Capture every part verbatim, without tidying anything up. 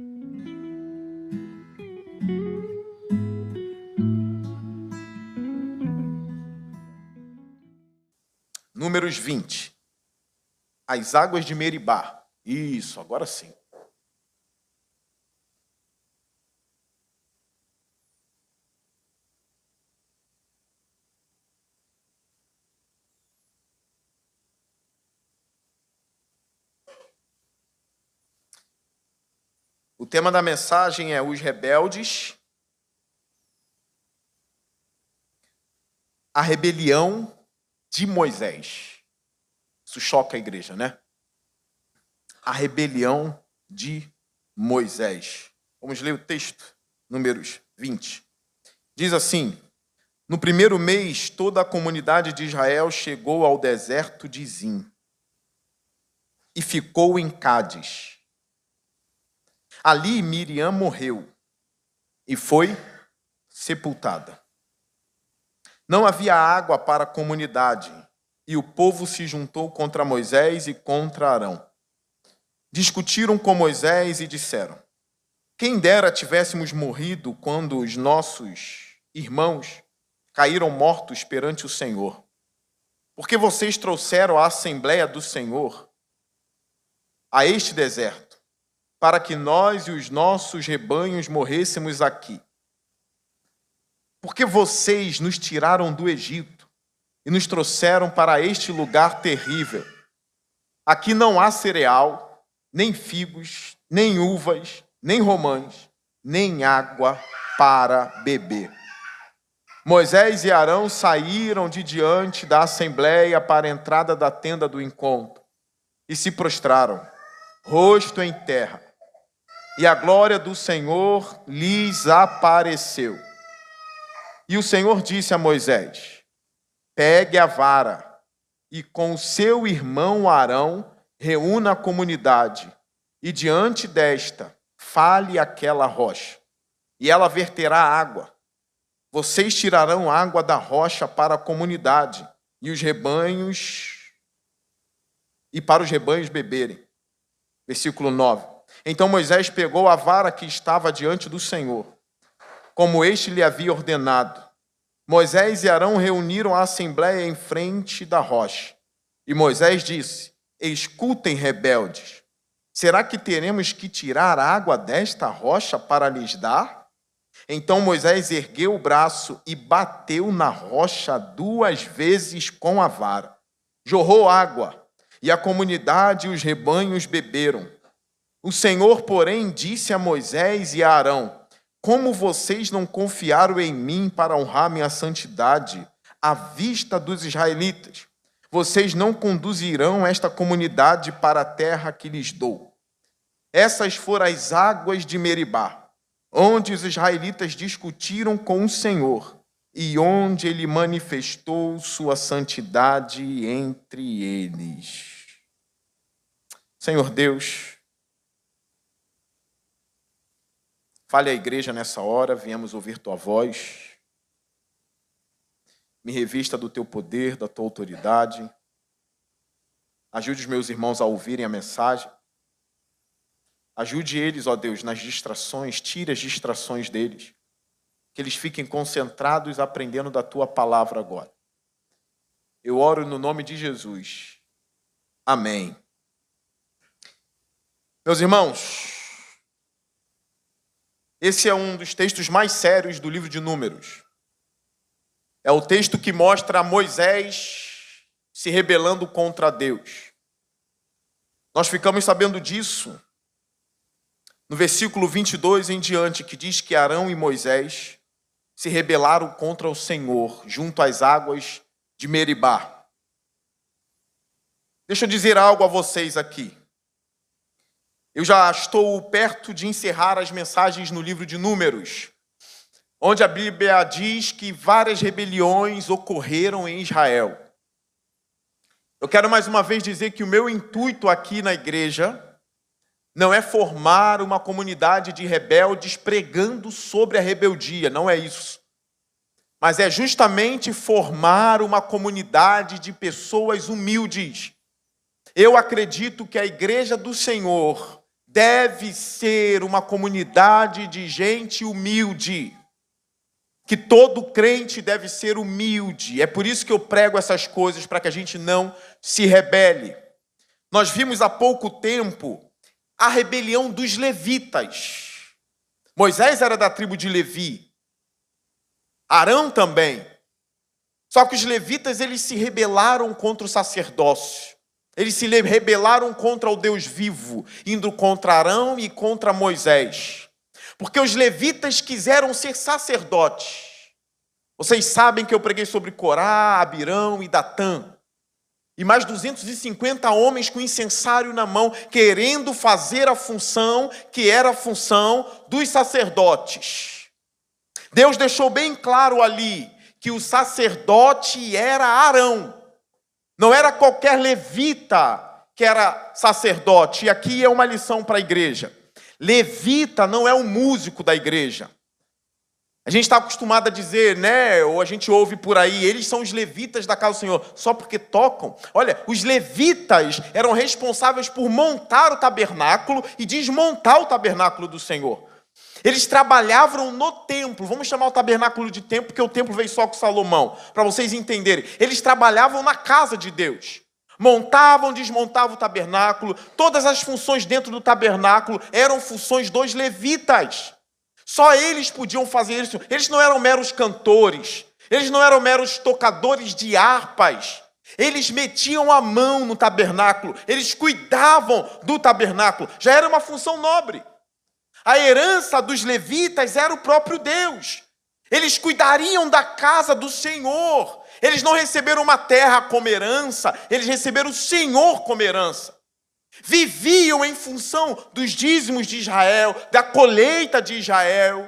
Números vinte. As águas de Meribá. Isso, agora sim. O tema da mensagem é os rebeldes, a rebelião de Moisés. Isso choca a igreja, né? A rebelião de Moisés. Vamos ler o texto, Números vinte. Diz assim: no primeiro mês, toda a comunidade de Israel chegou ao deserto de Zim e ficou em Cádiz. Ali Miriam morreu e foi sepultada. Não havia água para a comunidade, e o povo se juntou contra Moisés e contra Arão. Discutiram com Moisés e disseram: quem dera tivéssemos morrido quando os nossos irmãos caíram mortos perante o Senhor. Porque vocês trouxeram a Assembleia do Senhor a este deserto, para que nós e os nossos rebanhos morrêssemos aqui. Porque vocês nos tiraram do Egito e nos trouxeram para este lugar terrível. Aqui não há cereal, nem figos, nem uvas, nem romãs, nem água para beber. Moisés e Arão saíram de diante da assembleia para a entrada da tenda do encontro e se prostraram, rosto em terra. E a glória do Senhor lhes apareceu. E o Senhor disse a Moisés: pegue a vara e com o seu irmão Arão reúna a comunidade e diante desta fale aquela rocha e ela verterá água. Vocês tirarão água da rocha para a comunidade e os rebanhos e para os rebanhos beberem. Versículo nove. Então Moisés pegou a vara que estava diante do Senhor, como este lhe havia ordenado. Moisés e Arão reuniram a assembleia em frente da rocha. E Moisés disse: escutem, rebeldes, será que teremos que tirar água desta rocha para lhes dar? Então Moisés ergueu o braço e bateu na rocha duas vezes com a vara. Jorrou água, e a comunidade e os rebanhos beberam. O Senhor, porém, disse a Moisés e a Arão: como vocês não confiaram em mim para honrar minha santidade à vista dos israelitas, vocês não conduzirão esta comunidade para a terra que lhes dou. Essas foram as águas de Meribá, onde os israelitas discutiram com o Senhor e onde ele manifestou sua santidade entre eles. Senhor Deus, fale à igreja nessa hora, viemos ouvir tua voz. Me revista do teu poder, da tua autoridade. Ajude os meus irmãos a ouvirem a mensagem. Ajude eles, ó Deus, nas distrações, tire as distrações deles. Que eles fiquem concentrados aprendendo da tua palavra agora. Eu oro no nome de Jesus. Amém. Meus irmãos, esse é um dos textos mais sérios do livro de Números. É o texto que mostra Moisés se rebelando contra Deus. Nós ficamos sabendo disso no versículo vinte e dois em diante, que diz que Arão e Moisés se rebelaram contra o Senhor, junto às águas de Meribá. Deixa eu dizer algo a vocês aqui. Eu já estou perto de encerrar as mensagens no livro de Números, onde a Bíblia diz que várias rebeliões ocorreram em Israel. Eu quero mais uma vez dizer que o meu intuito aqui na igreja não é formar uma comunidade de rebeldes pregando sobre a rebeldia, não é isso. Mas é justamente formar uma comunidade de pessoas humildes. Eu acredito que a igreja do Senhor deve ser uma comunidade de gente humilde. Que todo crente deve ser humilde. É por isso que eu prego essas coisas, para que a gente não se rebele. Nós vimos há pouco tempo a rebelião dos levitas. Moisés era da tribo de Levi. Arão também. Só que os levitas, eles se rebelaram contra o sacerdócio. Eles se rebelaram contra o Deus vivo, indo contra Arão e contra Moisés. Porque os levitas quiseram ser sacerdotes. Vocês sabem que eu preguei sobre Corá, Abirão e Datã. E mais duzentos e cinquenta homens com incensário na mão, querendo fazer a função que era a função dos sacerdotes. Deus deixou bem claro ali que o sacerdote era Arão. Não era qualquer levita que era sacerdote. E aqui é uma lição para a igreja. Levita não é um músico da igreja. A gente está acostumado a dizer, né? Ou a gente ouve por aí, eles são os levitas da casa do Senhor, só porque tocam. Olha, os levitas eram responsáveis por montar o tabernáculo e desmontar o tabernáculo do Senhor. Eles trabalhavam no templo. Vamos chamar o tabernáculo de templo, porque o templo veio só com Salomão, para vocês entenderem. Eles trabalhavam na casa de Deus. Montavam, desmontavam o tabernáculo. Todas as funções dentro do tabernáculo eram funções dos levitas. Só eles podiam fazer isso. Eles não eram meros cantores. Eles não eram meros tocadores de harpas. Eles metiam a mão no tabernáculo. Eles cuidavam do tabernáculo. Já era uma função nobre. A herança dos levitas era o próprio Deus. Eles cuidariam da casa do Senhor. Eles não receberam uma terra como herança, eles receberam o Senhor como herança. Viviam em função dos dízimos de Israel, da colheita de Israel.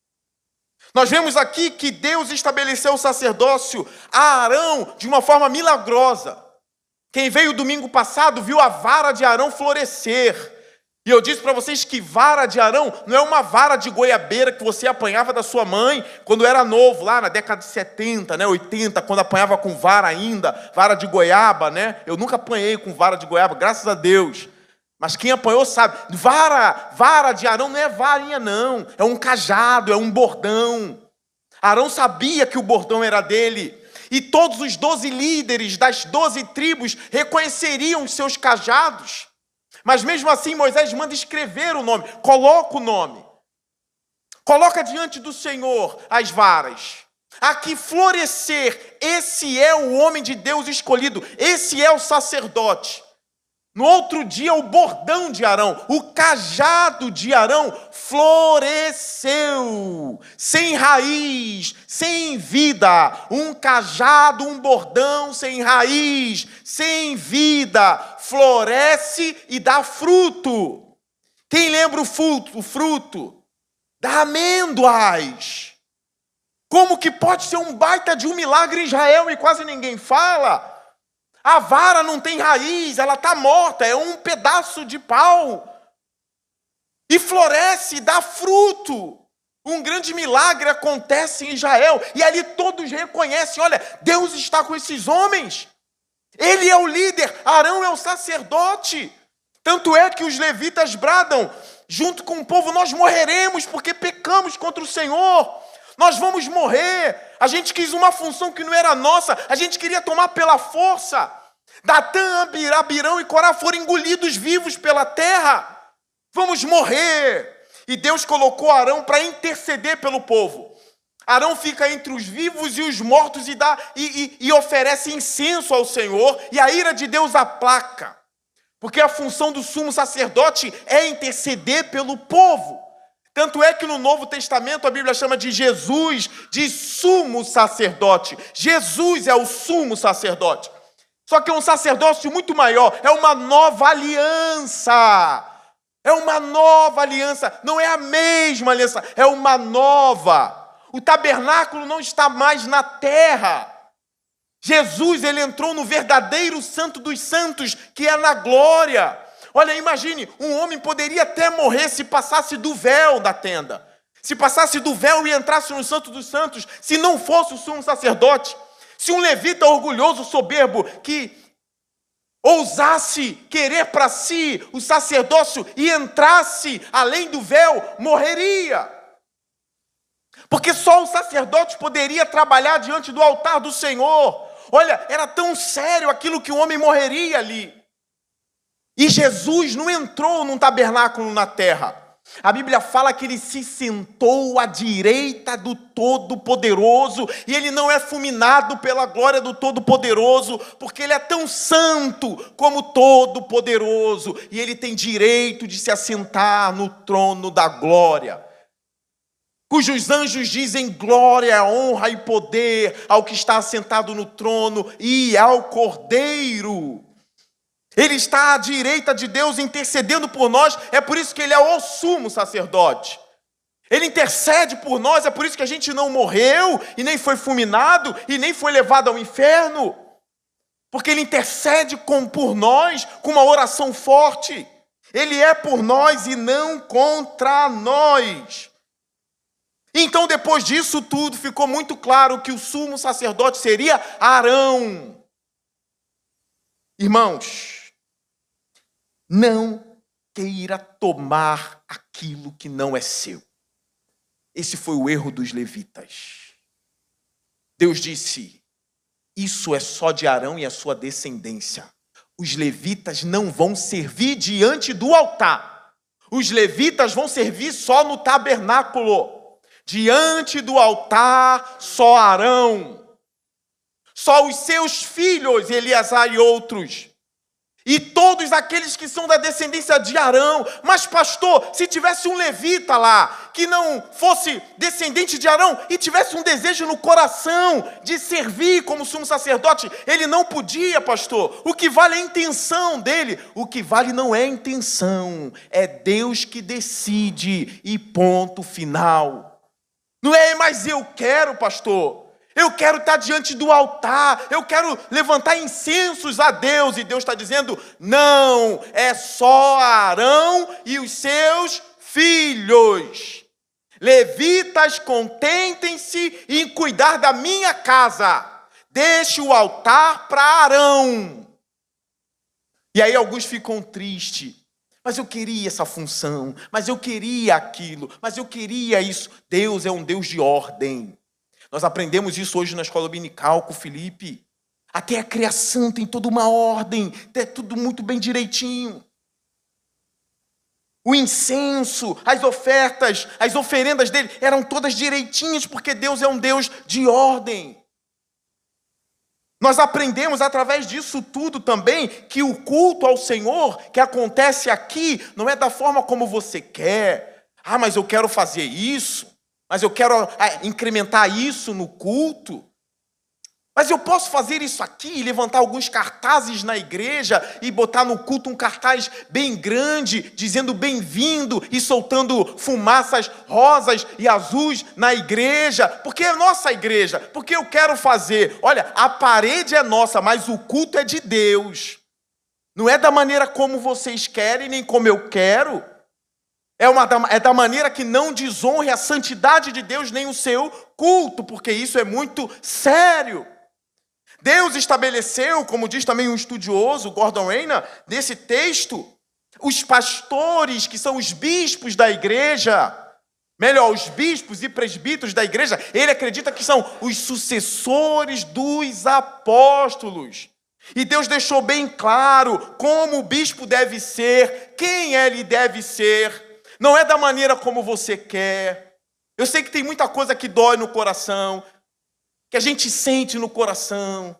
Nós vemos aqui que Deus estabeleceu o sacerdócio a Arão de uma forma milagrosa. Quem veio domingo passado viu a vara de Arão florescer. E eu disse para vocês que vara de Arão não é uma vara de goiabeira que você apanhava da sua mãe quando era novo, lá na década de setenta, né, oitenta, quando apanhava com vara ainda, vara de goiaba, né? Eu nunca apanhei com vara de goiaba, graças a Deus. Mas quem apanhou sabe, vara, vara de Arão não é varinha não, é um cajado, é um bordão. Arão sabia que o bordão era dele. E todos os doze líderes das doze tribos reconheceriam os seus cajados. Mas mesmo assim Moisés manda escrever o nome, coloca o nome. Coloca diante do Senhor as varas. Aqui florescer, esse é o homem de Deus escolhido, esse é o sacerdote. No outro dia o bordão de Arão, o cajado de Arão floresceu, sem raiz, sem vida. Um cajado, um bordão sem raiz, sem vida, floresce e dá fruto. Quem lembra o fruto? O fruto dá amêndoas. Como que pode ser um baita de um milagre em Israel e quase ninguém fala? A vara não tem raiz, ela está morta, é um pedaço de pau. E floresce, dá fruto. Um grande milagre acontece em Israel. E ali todos reconhecem, olha, Deus está com esses homens. Ele é o líder, Arão é o sacerdote. Tanto é que os levitas bradam, junto com o povo, nós morreremos porque pecamos contra o Senhor. Nós vamos morrer. A gente quis uma função que não era nossa. A gente queria tomar pela força. Datã, Abirão e Corá foram engolidos vivos pela terra. Vamos morrer. E Deus colocou Arão para interceder pelo povo. Arão fica entre os vivos e os mortos e, dá, e, e, e oferece incenso ao Senhor. E a ira de Deus aplaca. Porque a função do sumo sacerdote é interceder pelo povo. Tanto é que no Novo Testamento a Bíblia chama de Jesus de sumo sacerdote. Jesus é o sumo sacerdote. Só que é um sacerdócio muito maior, é uma nova aliança. É uma nova aliança, não é a mesma aliança, é uma nova. O tabernáculo não está mais na terra. Jesus, ele entrou no verdadeiro santo dos santos, que é na glória. Olha, imagine, um homem poderia até morrer se passasse do véu da tenda. Se passasse do véu e entrasse no Santo dos Santos, se não fosse o sumo sacerdote. Se um levita orgulhoso, soberbo, que ousasse querer para si o sacerdócio e entrasse além do véu, morreria. Porque só o sacerdote poderia trabalhar diante do altar do Senhor. Olha, era tão sério aquilo que o homem morreria ali. E Jesus não entrou num tabernáculo na terra. A Bíblia fala que ele se sentou à direita do Todo-Poderoso, e ele não é fulminado pela glória do Todo-Poderoso, porque ele é tão santo como Todo-Poderoso, e ele tem direito de se assentar no trono da glória, cujos anjos dizem glória, honra e poder ao que está assentado no trono e ao Cordeiro. Ele está à direita de Deus intercedendo por nós, é por isso que ele é o sumo sacerdote. Ele intercede por nós, é por isso que a gente não morreu, e nem foi fulminado, e nem foi levado ao inferno. Porque ele intercede com, por nós com uma oração forte. Ele é por nós e não contra nós. Então, depois disso tudo, ficou muito claro que o sumo sacerdote seria Arão. Irmãos, não queira tomar aquilo que não é seu. Esse foi o erro dos levitas. Deus disse, isso é só de Arão e a sua descendência. Os levitas não vão servir diante do altar. Os levitas vão servir só no tabernáculo. Diante do altar, só Arão. Só os seus filhos, Eleazar e outros. E todos aqueles que são da descendência de Arão. Mas pastor, se tivesse um levita lá, que não fosse descendente de Arão, e tivesse um desejo no coração de servir como sumo sacerdote, ele não podia, pastor. O que vale é a intenção dele. O que vale não é a intenção, é Deus que decide, e ponto final. Não é, mas eu quero, pastor. Eu quero estar diante do altar, eu quero levantar incensos a Deus, e Deus está dizendo, não, é só Arão e os seus filhos. Levitas, contentem-se em cuidar da minha casa, deixe o altar para Arão. E aí alguns ficam tristes, mas eu queria essa função, mas eu queria aquilo, mas eu queria isso. Deus é um Deus de ordem. Nós aprendemos isso hoje na escola dominical com o Felipe. Até a criação tem toda uma ordem, é tudo muito bem direitinho. O incenso, as ofertas, as oferendas dele eram todas direitinhas, porque Deus é um Deus de ordem. Nós aprendemos através disso tudo também que o culto ao Senhor que acontece aqui não é da forma como você quer. Ah, mas eu quero fazer isso. Mas eu quero incrementar isso no culto. Mas eu posso fazer isso aqui, levantar alguns cartazes na igreja e botar no culto um cartaz bem grande, dizendo bem-vindo e soltando fumaças rosas e azuis na igreja, porque é nossa igreja, porque eu quero fazer. Olha, a parede é nossa, mas o culto é de Deus. Não é da maneira como vocês querem, nem como eu quero. É, uma, é da maneira que não desonre a santidade de Deus nem o seu culto, porque isso é muito sério. Deus estabeleceu, como diz também um estudioso, Gordon Reina, nesse texto, os pastores, que são os bispos da igreja, melhor, os bispos e presbíteros da igreja, ele acredita que são os sucessores dos apóstolos. E Deus deixou bem claro como o bispo deve ser, quem ele deve ser. Não é da maneira como você quer. Eu sei que tem muita coisa que dói no coração, que a gente sente no coração.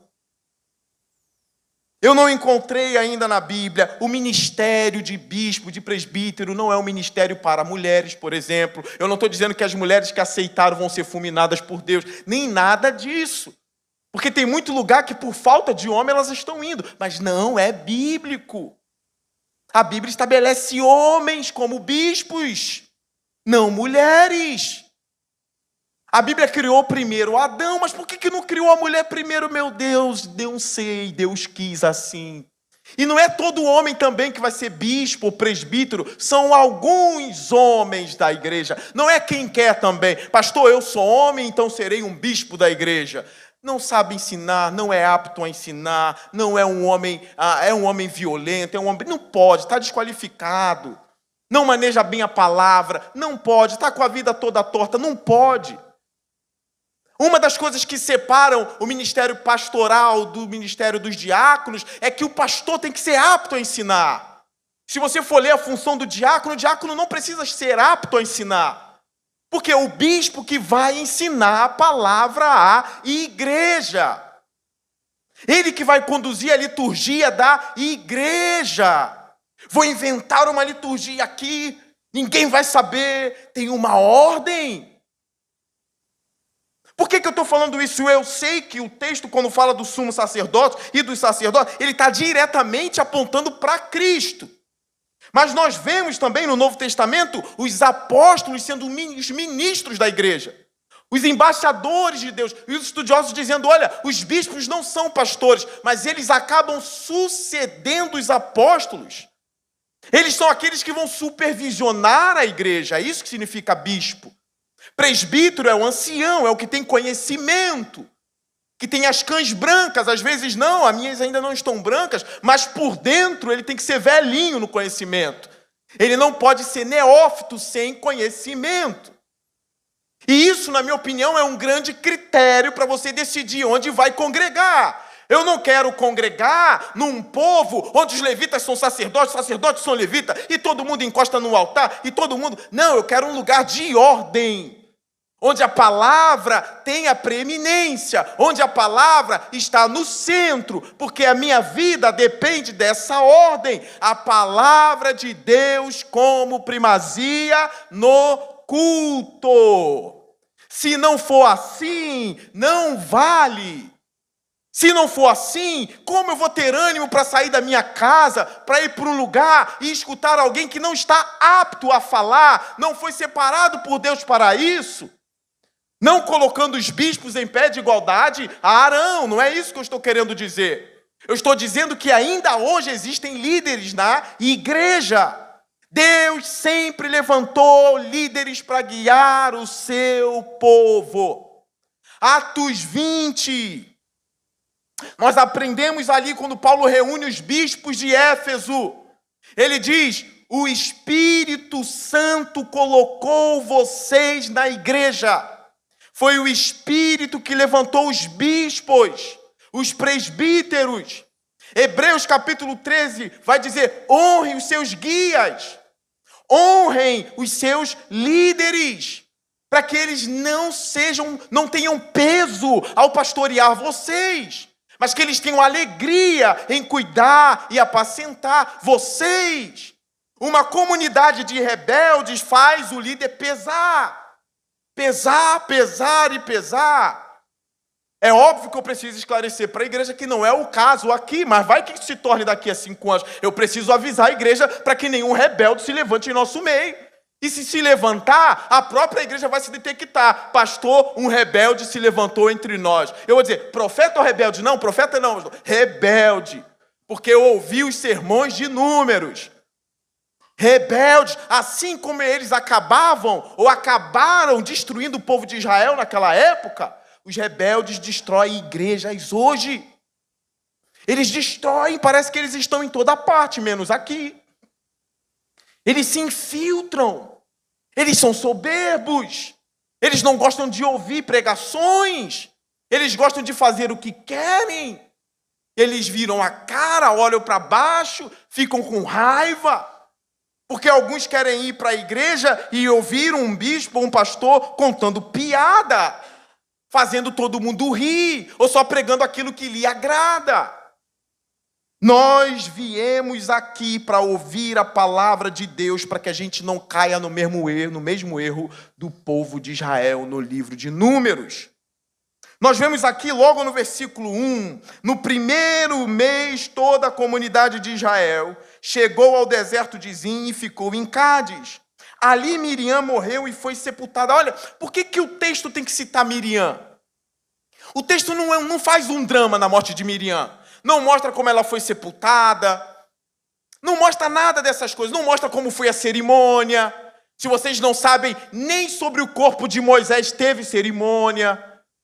Eu não encontrei ainda na Bíblia o ministério de bispo, de presbítero, não é um ministério para mulheres, por exemplo. Eu não estou dizendo que as mulheres que aceitaram vão ser fulminadas por Deus, nem nada disso. Porque tem muito lugar que por falta de homem elas estão indo, mas não é bíblico. A Bíblia estabelece homens como bispos, não mulheres. A Bíblia criou primeiro Adão, mas por que que não criou a mulher primeiro? Meu Deus, Deus sei, Deus quis assim. E não é todo homem também que vai ser bispo ou presbítero, são alguns homens da igreja. Não é quem quer também. Pastor, eu sou homem, então serei um bispo da igreja. não sabe ensinar, não é apto a ensinar, não é um homem, ah, é um homem violento, é um homem, não pode, está desqualificado, não maneja bem a palavra, não pode, está com a vida toda torta, não pode. Uma das coisas que separam o ministério pastoral do ministério dos diáconos é que o pastor tem que ser apto a ensinar. Se você for ler a função do diácono, o diácono não precisa ser apto a ensinar. Porque é o bispo que vai ensinar a palavra à igreja. Ele que vai conduzir a liturgia da igreja. Vou inventar uma liturgia aqui, ninguém vai saber, tem uma ordem. Por que que eu estou falando isso? Eu sei que o texto, quando fala do sumo sacerdote e dos sacerdotes, ele está diretamente apontando para Cristo. Mas nós vemos também no Novo Testamento os apóstolos sendo os ministros da igreja, os embaixadores de Deus, e os estudiosos dizendo, olha, os bispos não são pastores, mas eles acabam sucedendo os apóstolos. Eles são aqueles que vão supervisionar a igreja, é isso que significa bispo. Presbítero é o ancião, é o que tem conhecimento, que tem as cães brancas, às vezes não, as minhas ainda não estão brancas, mas por dentro ele tem que ser velhinho no conhecimento. Ele não pode ser neófito sem conhecimento. E isso, na minha opinião, é um grande critério para você decidir onde vai congregar. Eu não quero congregar num povo onde os levitas são sacerdotes, os sacerdotes são levitas, e todo mundo encosta no altar, e todo mundo... Não, eu quero um lugar de ordem, onde a palavra tem a preeminência, onde a palavra está no centro, porque a minha vida depende dessa ordem. A palavra de Deus como primazia no culto. Se não for assim, não vale. Se não for assim, como eu vou ter ânimo para sair da minha casa, para ir para um lugar e escutar alguém que não está apto a falar, não foi separado por Deus para isso? Não colocando os bispos em pé de igualdade a Arão, não é isso que eu estou querendo dizer. Eu estou dizendo que ainda hoje existem líderes na igreja. Deus sempre levantou líderes para guiar o seu povo. Atos vinte. Nós aprendemos ali quando Paulo reúne os bispos de Éfeso. Ele diz, o Espírito Santo colocou vocês na igreja. Foi o Espírito que levantou os bispos, os presbíteros. Hebreus capítulo treze vai dizer, honrem os seus guias, honrem os seus líderes, para que eles não sejam, não tenham peso ao pastorear vocês, mas que eles tenham alegria em cuidar e apacentar vocês. Uma comunidade de rebeldes faz o líder pesar. Pesar, pesar e pesar. É óbvio que eu preciso esclarecer para a igreja que não é o caso aqui, mas vai que se torne daqui a cinco anos. Eu preciso avisar a igreja para que nenhum rebelde se levante em nosso meio. E se se levantar, a própria igreja vai se detectar. Pastor, um rebelde se levantou entre nós. Eu vou dizer, profeta ou rebelde? Não, profeta não. Rebelde. Porque eu ouvi os sermões de Números. Rebeldes, assim como eles acabavam ou acabaram destruindo o povo de Israel naquela época, os rebeldes destroem igrejas hoje. Eles destroem, parece que eles estão em toda parte, menos aqui. Eles se infiltram, eles são soberbos, eles não gostam de ouvir pregações, eles gostam de fazer o que querem. Eles viram a cara, olham para baixo, ficam com raiva. Porque alguns querem ir para a igreja e ouvir um bispo ou um pastor contando piada, fazendo todo mundo rir, ou só pregando aquilo que lhe agrada. Nós viemos aqui para ouvir a palavra de Deus, para que a gente não caia no mesmo erro, no mesmo erro do povo de Israel no livro de Números. Nós vemos aqui logo no versículo um, no primeiro mês toda a comunidade de Israel chegou ao deserto de Zim e ficou em Cádiz. Ali Miriam morreu e foi sepultada. Olha, por que, que o texto tem que citar Miriam? O texto não, é, não faz um drama na morte de Miriam. Não mostra como ela foi sepultada. Não mostra nada dessas coisas. Não mostra como foi a cerimônia. Se vocês não sabem, nem sobre o corpo de Moisés teve cerimônia.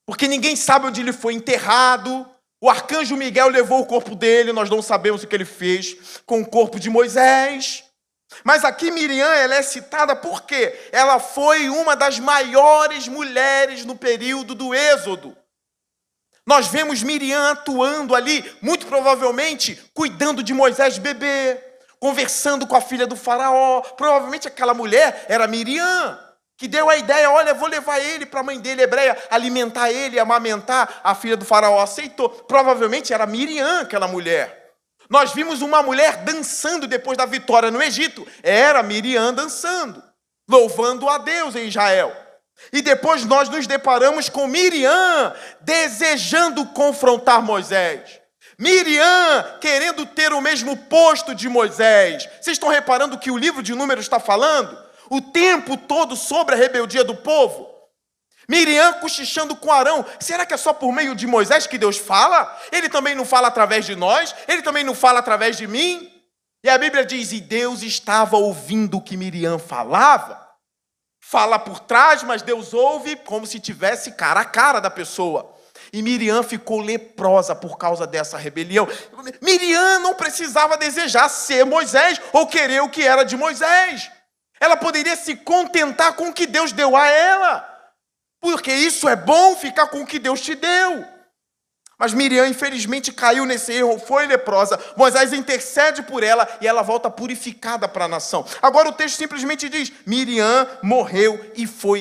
porque ninguém sabe onde ele foi enterrado. O arcanjo Miguel levou o corpo dele, nós não sabemos o que ele fez com o corpo de Moisés. Mas aqui Miriam, ela é citada porque ela foi uma das maiores mulheres no período do Êxodo. Nós vemos Miriam atuando ali, muito provavelmente cuidando de Moisés bebê, conversando com a filha do faraó. Provavelmente aquela mulher era Miriam, que deu a ideia, olha, vou levar ele para a mãe dele hebreia, alimentar ele, amamentar. A filha do faraó aceitou. Provavelmente era Miriam, aquela mulher. Nós vimos uma mulher dançando depois da vitória no Egito. Era Miriam dançando, louvando a Deus em Israel. E depois nós nos deparamos com Miriam desejando confrontar Moisés. Miriam querendo ter o mesmo posto de Moisés. Vocês estão reparando o que o livro de Números está falando? O tempo todo sobre a rebeldia do povo. Miriam cochichando com Arão. Será que é só por meio de Moisés que Deus fala? Ele também não fala através de nós? Ele também não fala através de mim? E a Bíblia diz, e Deus estava ouvindo o que Miriam falava. Fala por trás, mas Deus ouve como se tivesse cara a cara da pessoa. E Miriam ficou leprosa por causa dessa rebelião. Miriam não precisava desejar ser Moisés ou querer o que era de Moisés. Ela poderia se contentar com o que Deus deu a ela. Porque isso é bom, ficar com o que Deus te deu. Mas Miriam, infelizmente, caiu nesse erro, foi leprosa. Moisés intercede por ela e ela volta purificada para a nação. Agora o texto simplesmente diz, Miriam morreu e foi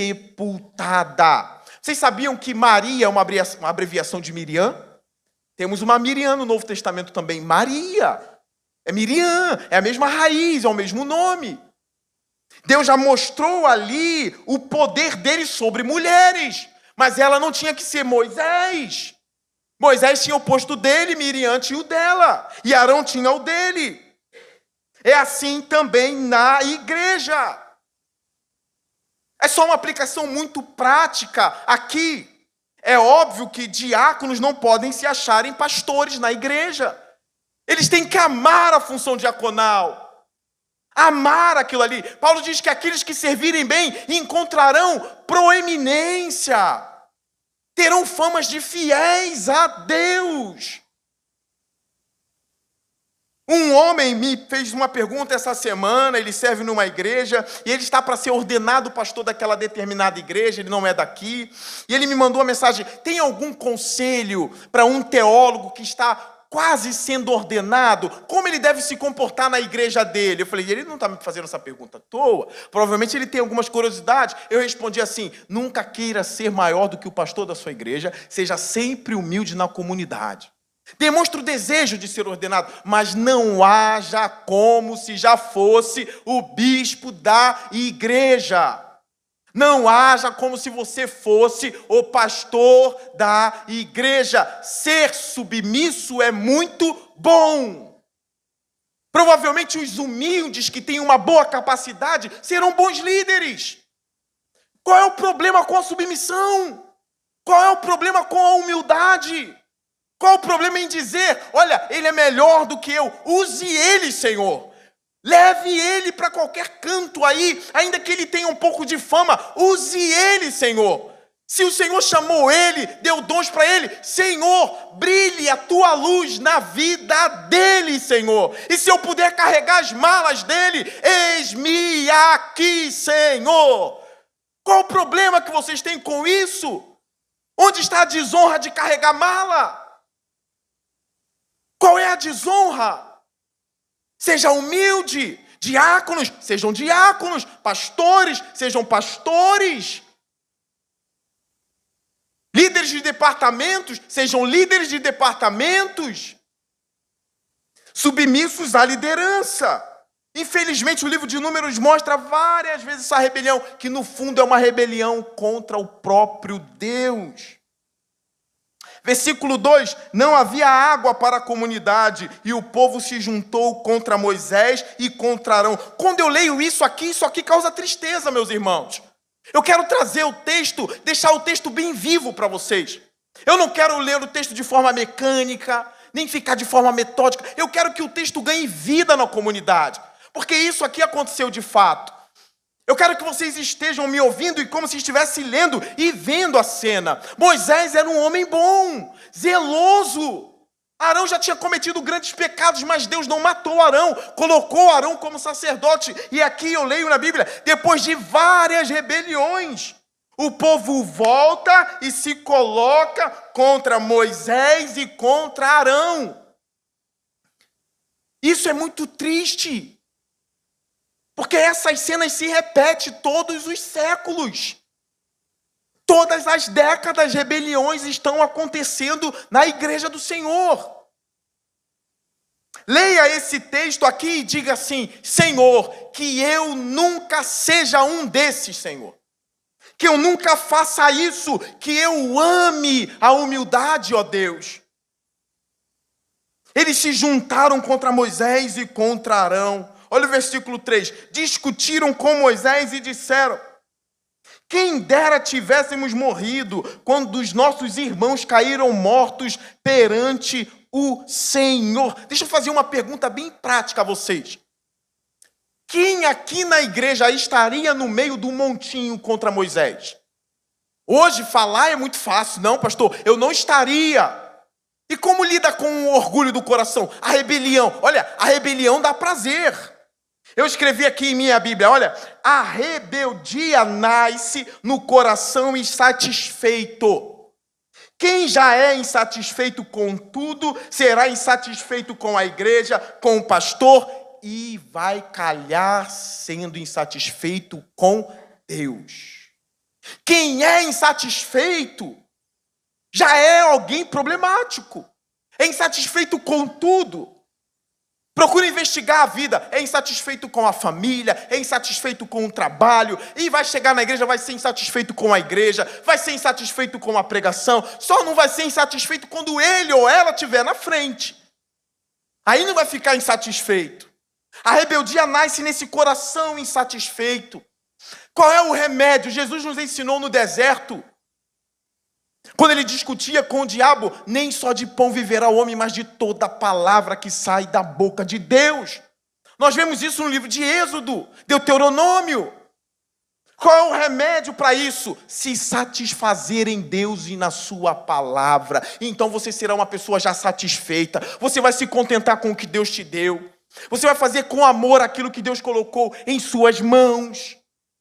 sepultada. Vocês sabiam que Maria é uma abreviação de Miriam? Temos uma Miriam no Novo Testamento também, Maria. É Miriam, é a mesma raiz, é o mesmo nome. Deus já mostrou ali o poder dele sobre mulheres, mas ela não tinha que ser Moisés. Moisés tinha o posto dele, Miriam tinha o dela, e Arão tinha o dele. É assim também na igreja. É só uma aplicação muito prática aqui. É óbvio que diáconos não podem se acharem pastores na igreja. Eles têm que amar a função diaconal. Amar aquilo ali. Paulo diz que aqueles que servirem bem encontrarão proeminência. Terão famas de fiéis a Deus. Um homem me fez uma pergunta essa semana, ele serve numa igreja, e ele está para ser ordenado pastor daquela determinada igreja, ele não é daqui, e ele me mandou uma mensagem, tem algum conselho para um teólogo que está quase sendo ordenado, como ele deve se comportar na igreja dele? Eu falei, ele não está me fazendo essa pergunta à toa, provavelmente ele tem algumas curiosidades. Eu respondi assim, nunca queira ser maior do que o pastor da sua igreja, seja sempre humilde na comunidade. Demonstre o desejo de ser ordenado, mas não haja como se já fosse o bispo da igreja. Não haja como se você fosse o pastor da igreja. Ser submisso é muito bom. Provavelmente os humildes que têm uma boa capacidade serão bons líderes. Qual é o problema com a submissão? Qual é o problema com a humildade? Qual o problema em dizer, olha, ele é melhor do que eu, use ele, Senhor. Leve ele para qualquer canto aí, ainda que ele tenha um pouco de fama, use ele, Senhor. Se o Senhor chamou ele, deu dons para ele, Senhor, brilhe a tua luz na vida dele, Senhor. E se eu puder carregar as malas dele, eis-me aqui, Senhor. Qual o problema que vocês têm com isso? Onde está a desonra de carregar mala? Qual é a desonra? Seja humilde, diáconos, sejam diáconos, pastores, sejam pastores. Líderes de departamentos, sejam líderes de departamentos. Submissos à liderança. Infelizmente, o livro de Números mostra várias vezes essa rebelião, que no fundo é uma rebelião contra o próprio Deus. Versículo dois, não havia água para a comunidade e o povo se juntou contra Moisés e contra Arão. Quando eu leio isso aqui, isso aqui causa tristeza, meus irmãos. Eu quero trazer o texto, deixar o texto bem vivo para vocês. Eu não quero ler o texto de forma mecânica, nem ficar de forma metódica. Eu quero que o texto ganhe vida na comunidade, porque isso aqui aconteceu de fato. Eu quero que vocês estejam me ouvindo e como se estivessem lendo e vendo a cena. Moisés era um homem bom, zeloso. Arão já tinha cometido grandes pecados, mas Deus não matou Arão, colocou Arão como sacerdote. E aqui eu leio na Bíblia, depois de várias rebeliões, o povo volta e se coloca contra Moisés e contra Arão. Isso é muito triste. Porque essas cenas se repetem todos os séculos. Todas as décadas, rebeliões estão acontecendo na igreja do Senhor. Leia esse texto aqui e diga assim: Senhor, que eu nunca seja um desses, Senhor. Que eu nunca faça isso, que eu ame a humildade, ó Deus. Eles se juntaram contra Moisés e contra Arão. Olha o versículo três. Discutiram com Moisés e disseram: quem dera tivéssemos morrido quando os nossos irmãos caíram mortos perante o Senhor. Deixa eu fazer uma pergunta bem prática a vocês. Quem aqui na igreja estaria no meio do montinho contra Moisés? Hoje falar é muito fácil. Não, pastor, eu não estaria. E como lida com o orgulho do coração? A rebelião. Olha, a rebelião dá prazer. Eu escrevi aqui em minha Bíblia, olha, a rebeldia nasce no coração insatisfeito. Quem já é insatisfeito com tudo, será insatisfeito com a igreja, com o pastor, e vai calhar sendo insatisfeito com Deus. Quem é insatisfeito já é alguém problemático, é insatisfeito com tudo. Procura investigar a vida, é insatisfeito com a família, é insatisfeito com o trabalho, e vai chegar na igreja, vai ser insatisfeito com a igreja, vai ser insatisfeito com a pregação, só não vai ser insatisfeito quando ele ou ela estiver na frente. Aí não vai ficar insatisfeito. A rebeldia nasce nesse coração insatisfeito. Qual é o remédio? Jesus nos ensinou no deserto. Quando ele discutia com o diabo, nem só de pão viverá o homem, mas de toda palavra que sai da boca de Deus. Nós vemos isso no livro de Êxodo, Deuteronômio. Qual é o remédio para isso? Se satisfazer em Deus e na sua palavra. Então você será uma pessoa já satisfeita. Você vai se contentar com o que Deus te deu. Você vai fazer com amor aquilo que Deus colocou em suas mãos.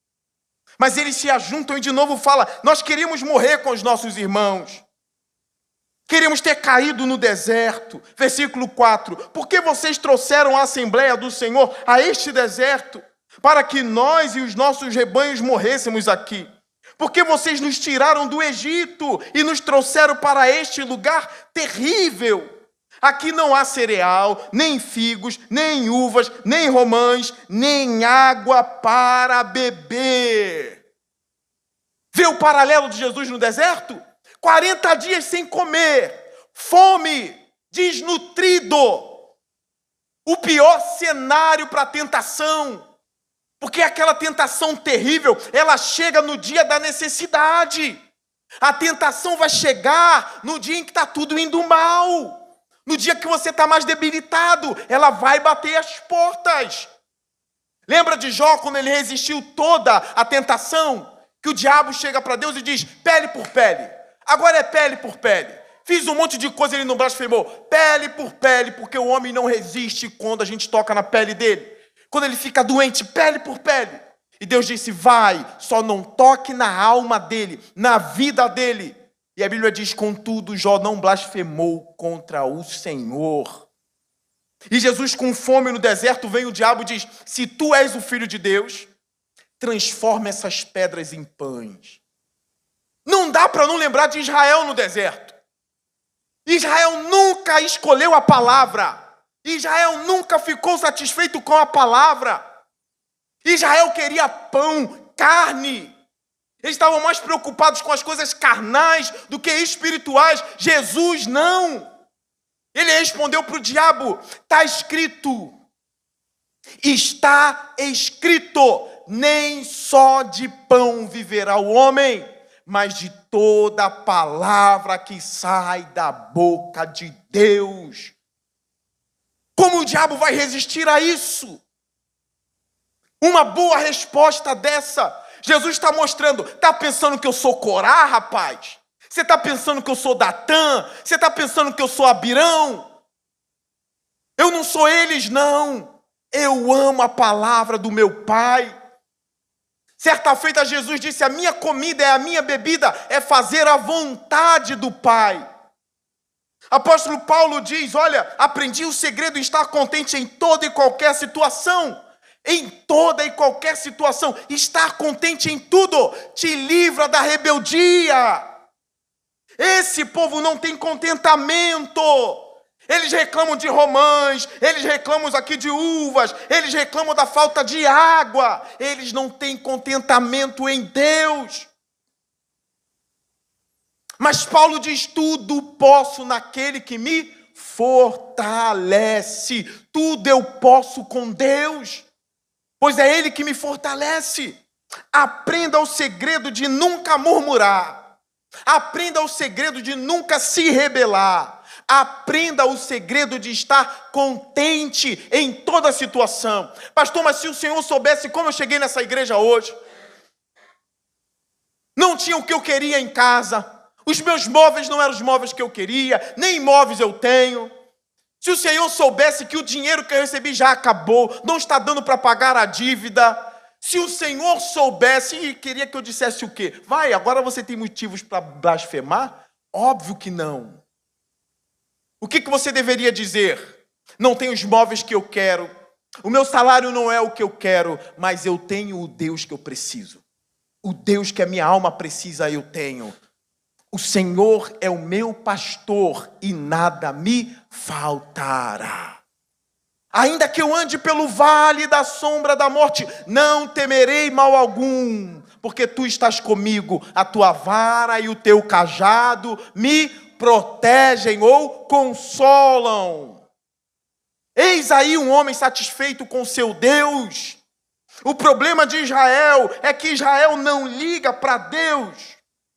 Mas eles se ajuntam e de novo fala: nós queríamos morrer com os nossos irmãos. Queríamos ter caído no deserto. Versículo quatro. Por que vocês trouxeram a Assembleia do Senhor a este deserto? Para que nós e os nossos rebanhos morrêssemos aqui. Porque vocês nos tiraram do Egito e nos trouxeram para este lugar terrível. Aqui não há cereal, nem figos, nem uvas, nem romãs, nem água para beber. Vê o paralelo de Jesus no deserto? quarenta dias sem comer, fome, desnutrido. O pior cenário para a tentação. Porque aquela tentação terrível, ela chega no dia da necessidade. A tentação vai chegar no dia em que está tudo indo mal. No dia que você está mais debilitado, ela vai bater as portas. Lembra de Jó, quando ele resistiu toda a tentação? Que o diabo chega para Deus e diz: pele por pele. Agora é pele por pele. Fiz um monte de coisa, ele não blasfemou. Pele por pele, porque o homem não resiste quando a gente toca na pele dele. Quando ele fica doente, pele por pele. E Deus disse: vai, só não toque na alma dele, na vida dele. E a Bíblia diz: contudo, Jó não blasfemou contra o Senhor. E Jesus, com fome no deserto, vem o diabo e diz: se tu és o Filho de Deus, transforma essas pedras em pães. Não dá para não lembrar de Israel no deserto. Israel nunca escolheu a palavra. Israel nunca ficou satisfeito com a palavra. Israel queria pão, carne. Eles estavam mais preocupados com as coisas carnais do que espirituais. Jesus não. Ele respondeu para o diabo: está escrito. Está escrito. Nem só de pão viverá o homem, mas de toda palavra que sai da boca de Deus. Como o diabo vai resistir a isso? Uma boa resposta dessa, Jesus está mostrando, está pensando que eu sou Corá, rapaz? Você está pensando que eu sou Datã? Você está pensando que eu sou Abirão? Eu não sou eles, não. Eu amo a palavra do meu Pai. Certa feita Jesus disse, a minha comida é a minha bebida, é fazer a vontade do Pai. Apóstolo Paulo diz, olha, aprendi o segredo de estar contente em toda e qualquer situação. Em toda e qualquer situação. Estar contente em tudo te livra da rebeldia. Esse povo não tem contentamento. Eles reclamam de romãs, eles reclamam aqui de uvas, eles reclamam da falta de água. Eles não têm contentamento em Deus. Mas Paulo diz, tudo posso naquele que me fortalece. Tudo eu posso com Deus, pois é Ele que me fortalece. Aprenda o segredo de nunca murmurar. Aprenda o segredo de nunca se rebelar. Aprenda o segredo de estar contente em toda situação. Pastor, mas se o Senhor soubesse como eu cheguei nessa igreja hoje, não tinha o que eu queria em casa, os meus móveis não eram os móveis que eu queria, nem imóveis eu tenho. Se o Senhor soubesse que o dinheiro que eu recebi já acabou, não está dando para pagar a dívida, se o Senhor soubesse, e queria que eu dissesse o quê? Vai, agora você tem motivos para blasfemar? Óbvio que não. O que, que você deveria dizer? Não tenho os móveis que eu quero, o meu salário não é o que eu quero, mas eu tenho o Deus que eu preciso. O Deus que a minha alma precisa, eu tenho. O Senhor é o meu pastor e nada me faltará. Ainda que eu ande pelo vale da sombra da morte, não temerei mal algum, porque tu estás comigo, a tua vara e o teu cajado me protegem ou consolam. Eis aí um homem satisfeito com seu Deus. O problema de Israel é que Israel não liga para Deus,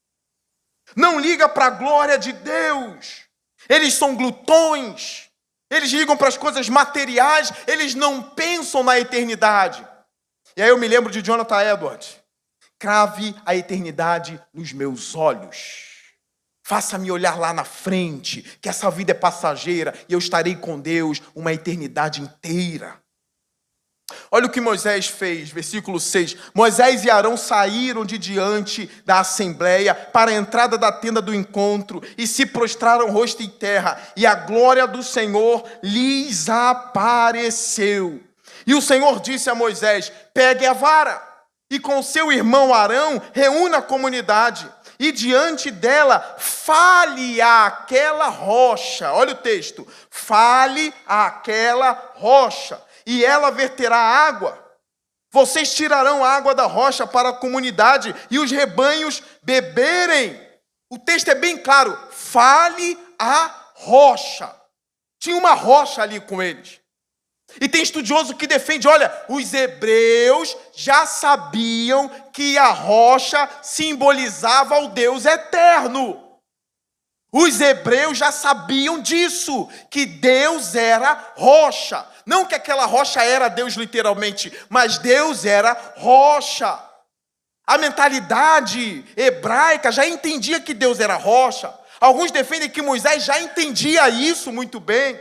não liga para a glória de Deus. Eles são glutões, eles ligam para as coisas materiais, eles não pensam na eternidade. E aí eu me lembro de Jonathan Edwards. Crave a eternidade nos meus olhos. Faça-me olhar lá na frente, que essa vida é passageira e eu estarei com Deus uma eternidade inteira. Olha o que Moisés fez, versículo seis. Moisés e Arão saíram de diante da assembleia para a entrada da tenda do encontro e se prostraram rosto em terra, e a glória do Senhor lhes apareceu. E o Senhor disse a Moisés, pegue a vara e com seu irmão Arão reúna a comunidade. E diante dela, fale àquela rocha. Olha o texto. Fale àquela rocha, e ela verterá água. Vocês tirarão água da rocha para a comunidade e os rebanhos beberem. O texto é bem claro. Fale à rocha. Tinha uma rocha ali com eles. E tem estudioso que defende, olha, os hebreus já sabiam que a rocha simbolizava o Deus eterno. Os hebreus já sabiam disso, que Deus era rocha. Não que aquela rocha era Deus literalmente, mas Deus era rocha. A mentalidade hebraica já entendia que Deus era rocha. Alguns defendem que Moisés já entendia isso muito bem.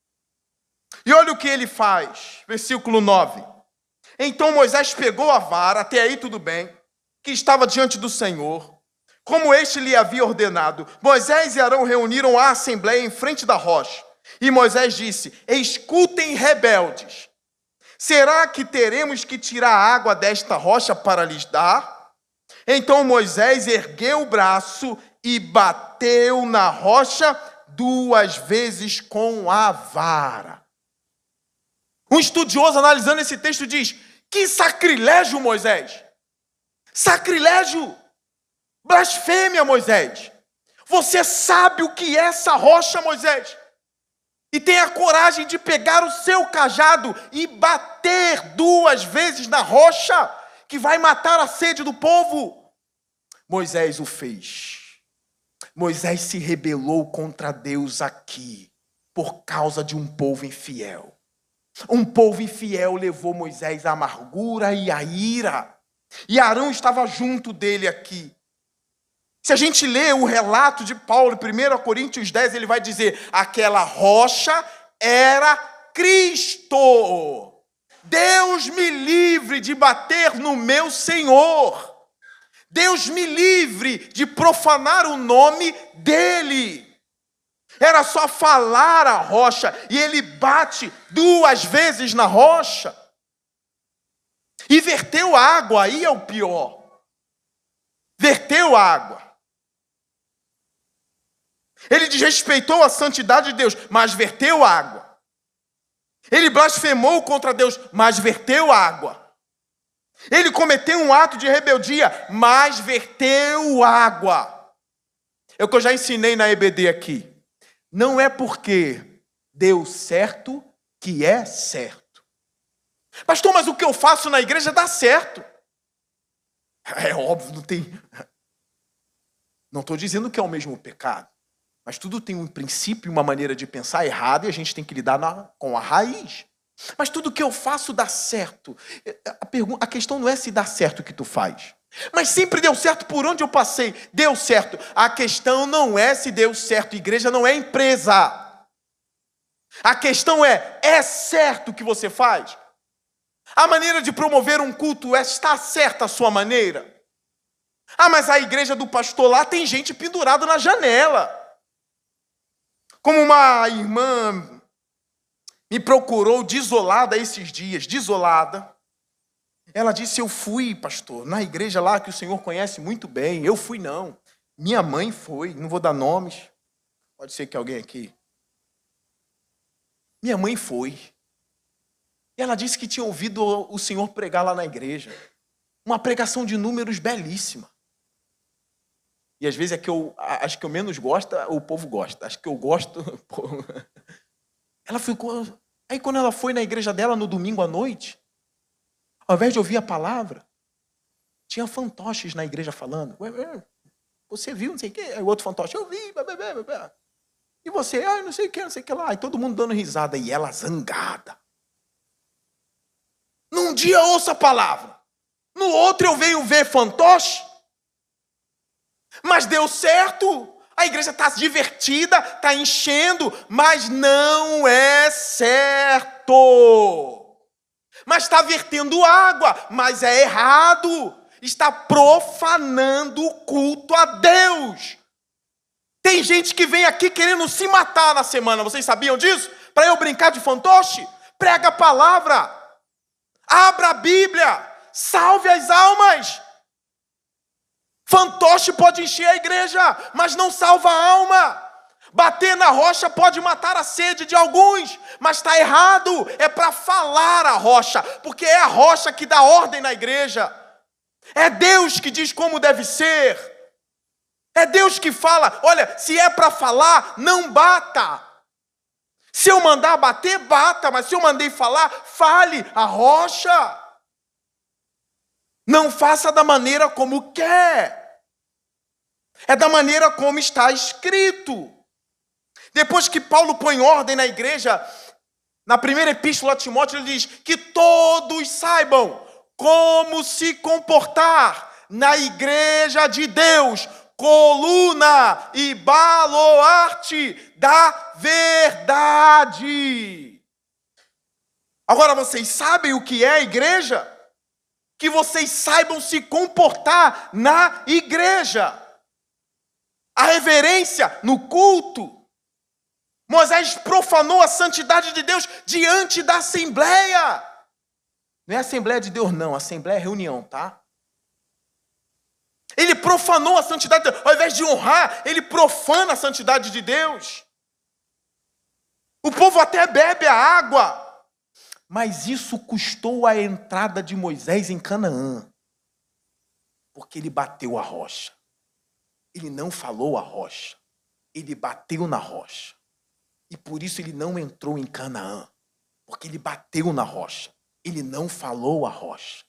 E olha o que ele faz, versículo nove. Então Moisés pegou a vara, até aí tudo bem, que estava diante do Senhor, como este lhe havia ordenado. Moisés e Arão reuniram a assembleia em frente da rocha. E Moisés disse, escutem, rebeldes, será que teremos que tirar a água desta rocha para lhes dar? Então Moisés ergueu o braço e bateu na rocha duas vezes com a vara. Um estudioso analisando esse texto diz, que sacrilégio, Moisés! Sacrilégio! Blasfêmia, Moisés! Você sabe o que é essa rocha, Moisés? E tem a coragem de pegar o seu cajado e bater duas vezes na rocha, que vai matar a sede do povo. Moisés o fez. Moisés se rebelou contra Deus aqui, por causa de um povo infiel. Um povo infiel levou Moisés à amargura e à ira. E Arão estava junto dele aqui. Se a gente lê o relato de Paulo, em primeira Coríntios dez, ele vai dizer: aquela rocha era Cristo. Deus me livre de bater no meu Senhor. Deus me livre de profanar o nome dele. Era só falar a rocha e ele bate duas vezes na rocha. E verteu água, aí é o pior. Verteu água. Ele desrespeitou a santidade de Deus, mas verteu água. Ele blasfemou contra Deus, mas verteu água. Ele cometeu um ato de rebeldia, mas verteu água. É o que eu já ensinei na E B D aqui. Não é porque deu certo que é certo. Pastor, mas o que eu faço na igreja dá certo. É óbvio, não tem... Não estou dizendo que é o mesmo pecado. Mas tudo tem um princípio e uma maneira de pensar errada e a gente tem que lidar na, com a raiz. Mas tudo que eu faço dá certo. A, pergunta, a questão não é se dá certo o que tu faz. Mas sempre deu certo por onde eu passei. Deu certo. A questão não é se deu certo. Igreja não é empresa. A questão é, é certo o que você faz? A maneira de promover um culto é, está certa a sua maneira? Ah, mas a igreja do pastor lá tem gente pendurada na janela. Como uma irmã me procurou desolada esses dias, desolada. Ela disse: eu fui, pastor, na igreja lá que o senhor conhece muito bem. Eu fui não. Minha mãe foi, não vou dar nomes. Pode ser que alguém aqui. Minha mãe foi. E ela disse que tinha ouvido o senhor pregar lá na igreja. Uma pregação de números belíssima. E às vezes é que eu acho que eu menos gosto, o povo gosta. Acho que eu gosto. Ela ficou. Aí quando ela foi na igreja dela no domingo à noite, ao invés de ouvir a palavra, tinha fantoches na igreja falando. Você viu, não sei o quê? Aí o outro fantoche, eu vi. E você, ah, não sei o que, não sei o que lá. E todo mundo dando risada. E ela zangada. Num dia ouço a palavra. No outro eu venho ver fantoche. Mas deu certo. A igreja está divertida, está enchendo, mas não é certo. Mas está vertendo água, mas é errado. Está profanando o culto a Deus. Tem gente que vem aqui querendo se matar na semana. Vocês sabiam disso? Para eu brincar de fantoche? Prega a palavra. Abra a Bíblia. Salve as almas. Fantoche pode encher a igreja, mas não salva a alma. Bater na rocha pode matar a sede de alguns, mas está errado. É para falar a rocha, porque é a rocha que dá ordem na igreja. É Deus que diz como deve ser. É Deus que fala, olha, se é para falar, não bata. Se eu mandar bater, bata, mas se eu mandei falar, fale a rocha. Não faça da maneira como quer. É da maneira como está escrito. Depois que Paulo põe ordem na igreja, na primeira epístola a Timóteo, ele diz que todos saibam como se comportar na igreja de Deus, coluna e baluarte da verdade. Agora vocês sabem o que é a igreja? Que vocês saibam se comportar na igreja. A reverência no culto. Moisés profanou a santidade de Deus diante da assembleia. Não é Assembleia de Deus, não. Assembleia é reunião, tá? Ele profanou a santidade de Deus. Ao invés de honrar, ele profana a santidade de Deus. O povo até bebe a água. Mas isso custou a entrada de Moisés em Canaã. Porque ele bateu a rocha. Ele não falou a rocha. Ele bateu na rocha. E por isso ele não entrou em Canaã. Porque ele bateu na rocha. Ele não falou a rocha.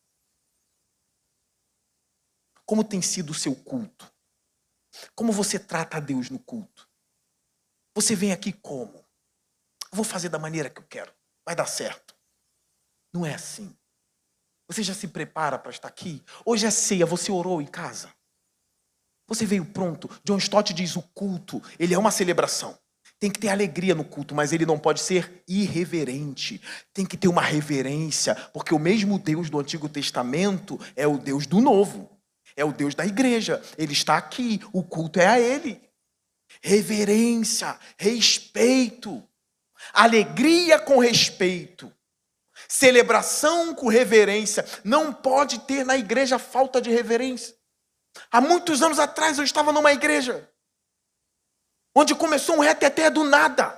Como tem sido o seu culto? Como você trata a Deus no culto? Você vem aqui como? Eu vou fazer da maneira que eu quero. vai dar certo. Não é assim. Você já se prepara para estar aqui? Hoje é ceia, você orou em casa? Você veio pronto? John Stott diz, o culto, ele é uma celebração. Tem que ter alegria no culto, mas ele não pode ser irreverente. Tem que ter uma reverência, porque o mesmo Deus do Antigo Testamento é o Deus do Novo. É o Deus da igreja. Ele está aqui, o culto é a ele. Reverência, respeito. Alegria com respeito. Celebração com reverência. Não pode ter na igreja falta de reverência. Há muitos anos atrás eu estava numa igreja onde começou um reteté do nada.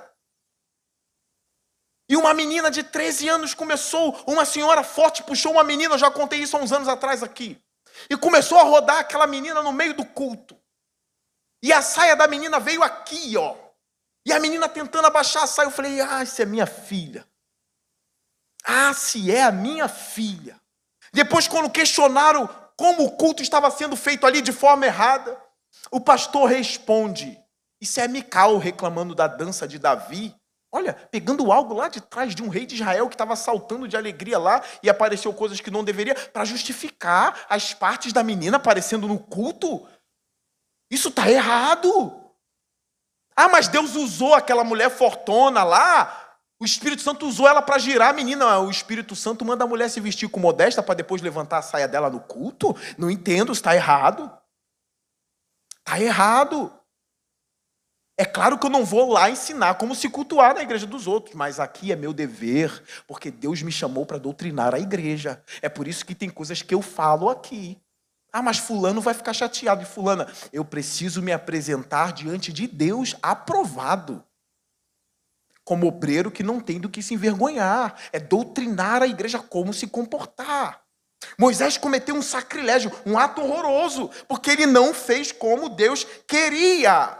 E uma menina de treze anos começou, uma senhora forte puxou uma menina, eu já contei isso há uns anos atrás aqui. E começou a rodar aquela menina no meio do culto. E a saia da menina veio aqui, ó. E a menina tentando abaixar a saia, eu falei, ah, se é minha filha. Ah, se é a minha filha. Depois, quando questionaram como o culto estava sendo feito ali de forma errada, o pastor responde, isso é Mical reclamando da dança de Davi. Olha, pegando algo lá de trás de um rei de Israel que estava saltando de alegria lá e apareceu coisas que não deveria, para justificar as partes da menina aparecendo no culto. Isso está errado. Ah, mas Deus usou aquela mulher fortona lá, o Espírito Santo usou ela para girar a menina. O Espírito Santo manda a mulher se vestir com modéstia para depois levantar a saia dela no culto? Não entendo, está errado. Está errado. É claro que eu não vou lá ensinar como se cultuar na igreja dos outros, mas aqui é meu dever, porque Deus me chamou para doutrinar a igreja. É por isso que tem coisas que eu falo aqui. Ah, mas fulano vai ficar chateado. E fulana, eu preciso me apresentar diante de Deus aprovado. Como obreiro que não tem do que se envergonhar. É doutrinar a igreja como se comportar. Moisés cometeu um sacrilégio, um ato horroroso, porque ele não fez como Deus queria.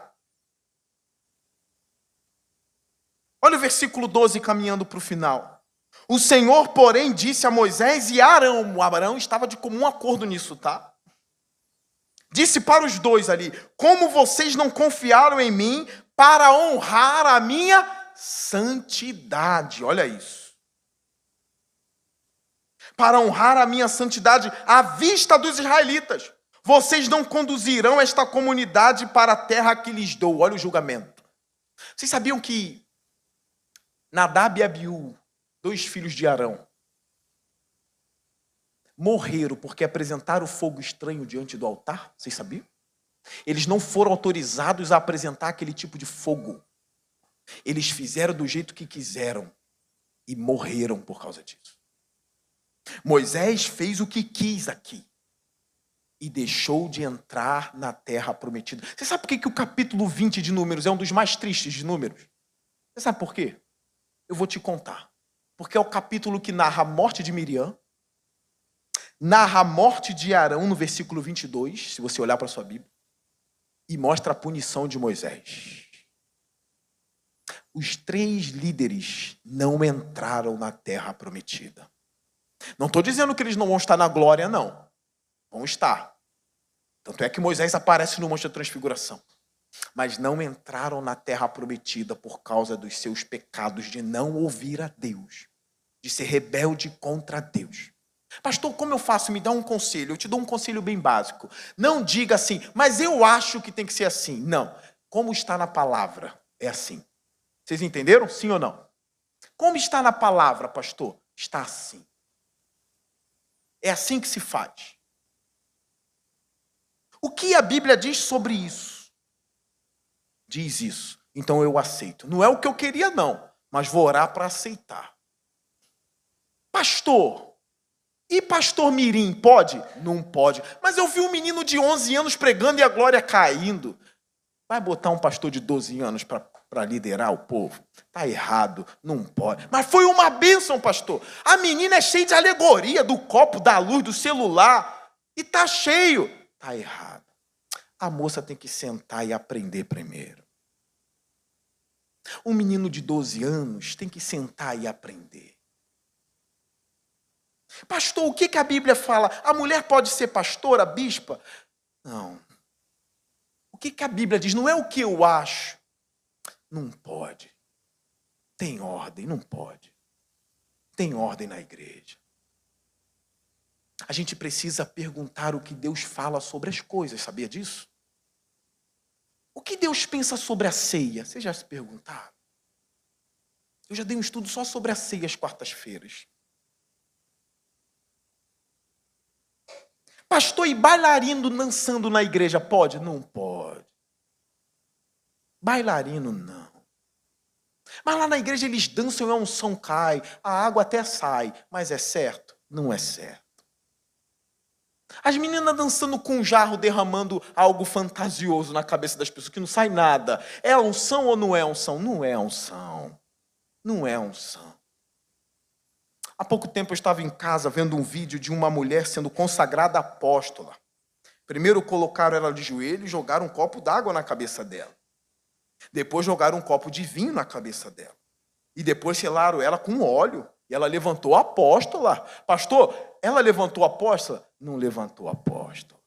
Olha o versículo doze caminhando para o final. O Senhor, porém, disse a Moisés e a Arão. O Arão estava de comum acordo nisso, tá? Disse para os dois ali, como vocês não confiaram em mim para honrar a minha santidade. Olha isso. Para honrar a minha santidade à vista dos israelitas. Vocês não conduzirão esta comunidade para a terra que lhes dou. Olha o julgamento. Vocês sabiam que Nadab e Abiú, dois filhos de Arão, morreram porque apresentaram fogo estranho diante do altar? Vocês sabiam? Eles não foram autorizados a apresentar aquele tipo de fogo. Eles fizeram do jeito que quiseram e morreram por causa disso. Moisés fez o que quis aqui e deixou de entrar na terra prometida. Você sabe por que, que o capítulo vinte de Números é um dos mais tristes de Números? Você sabe por quê? Eu vou te contar. Porque é o capítulo que narra a morte de Miriam, narra a morte de Arão no versículo vinte e dois, se você olhar para a sua Bíblia, e mostra a punição de Moisés. Os três líderes não entraram na terra prometida. Não estou dizendo que eles não vão estar na glória, não. Vão estar. Tanto é que Moisés aparece no Monte da Transfiguração. Mas não entraram na terra prometida por causa dos seus pecados de não ouvir a Deus, de ser rebelde contra Deus. Pastor, como eu faço? Me dá um conselho. Eu te dou um conselho bem básico. Não diga assim, mas eu acho que tem que ser assim. Não. Como está na palavra, é assim. Vocês entenderam? Sim ou não? Como está na palavra, pastor? Está assim. É assim que se faz. O que a Bíblia diz sobre isso? Diz isso. Então eu aceito. Não é o que eu queria, não. Mas vou orar para aceitar. Pastor, e pastor Mirim, pode? Não pode. Mas eu vi um menino de onze anos pregando e a glória caindo. Vai botar um pastor de doze anos para liderar o povo? Está errado, não pode. Mas foi uma bênção, pastor. A menina é cheia de alegoria do copo, da luz, do celular. E está cheio. Está errado. A moça tem que sentar e aprender primeiro. Um menino de doze anos tem que sentar e aprender. Pastor, o que, que a Bíblia fala? A mulher pode ser pastora, bispa? Não. O que, que a Bíblia diz? Não é o que eu acho. Não pode. Tem ordem, não pode. tem ordem na igreja. A gente precisa perguntar o que Deus fala sobre as coisas, sabia disso? O que Deus pensa sobre a ceia? Vocês já se perguntaram? Eu já dei um estudo só sobre a ceia às quartas-feiras. Pastor, e bailarino dançando na igreja pode? Não pode. Bailarino não. Mas lá na igreja eles dançam e a unção cai, a água até sai. Mas é certo? Não é certo. As meninas dançando com um jarro, derramando algo fantasioso na cabeça das pessoas, que não sai nada. É unção ou não é unção? Não é unção. Não é unção. Há pouco tempo eu estava em casa vendo um vídeo de uma mulher sendo consagrada apóstola. Primeiro colocaram ela de joelho e jogaram um copo d'água na cabeça dela. Depois jogaram um copo de vinho na cabeça dela. E depois selaram ela com óleo. E ela levantou a apóstola. Pastor, ela levantou a apóstola? Não levantou a apóstola.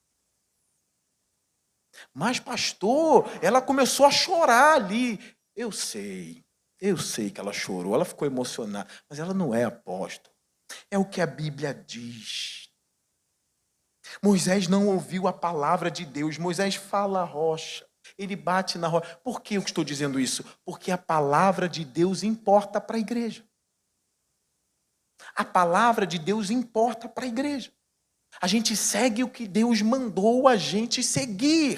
Mas, pastor, ela começou a chorar ali. Eu sei, eu sei que ela chorou, ela ficou emocionada. Mas ela não é apóstola. É o que a Bíblia diz. Moisés não ouviu a palavra de Deus. Moisés fala a rocha. Ele bate na rocha. Por que eu estou dizendo isso? Porque a palavra de Deus importa para a igreja. A palavra de Deus importa para a igreja. A gente segue o que Deus mandou a gente seguir.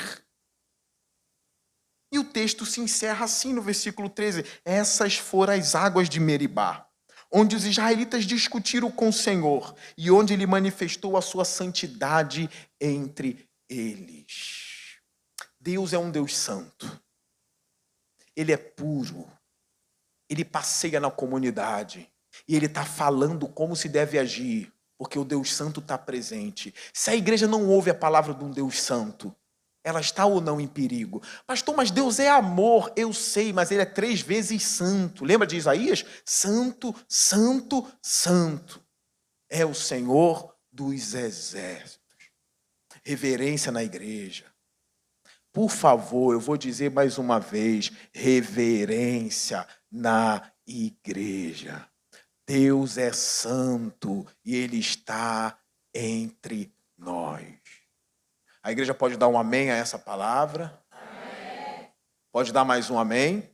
E o texto se encerra assim no versículo treze. Essas foram as águas de Meribá, onde os israelitas discutiram com o Senhor e onde ele manifestou a sua santidade entre eles. Deus é um Deus santo. Ele é puro. Ele passeia na comunidade. E ele está falando como se deve agir, porque o Deus Santo está presente. Se a igreja não ouve a palavra de um Deus Santo, ela está ou não em perigo? Pastor, mas Deus é amor, eu sei, mas ele é três vezes santo. Lembra de Isaías? Santo, santo, santo. É o Senhor dos exércitos. Reverência na igreja. Por favor, eu vou dizer mais uma vez, reverência na igreja. Deus é santo e Ele está entre nós. A igreja pode dar um amém a essa palavra? Amém. Pode dar mais um amém?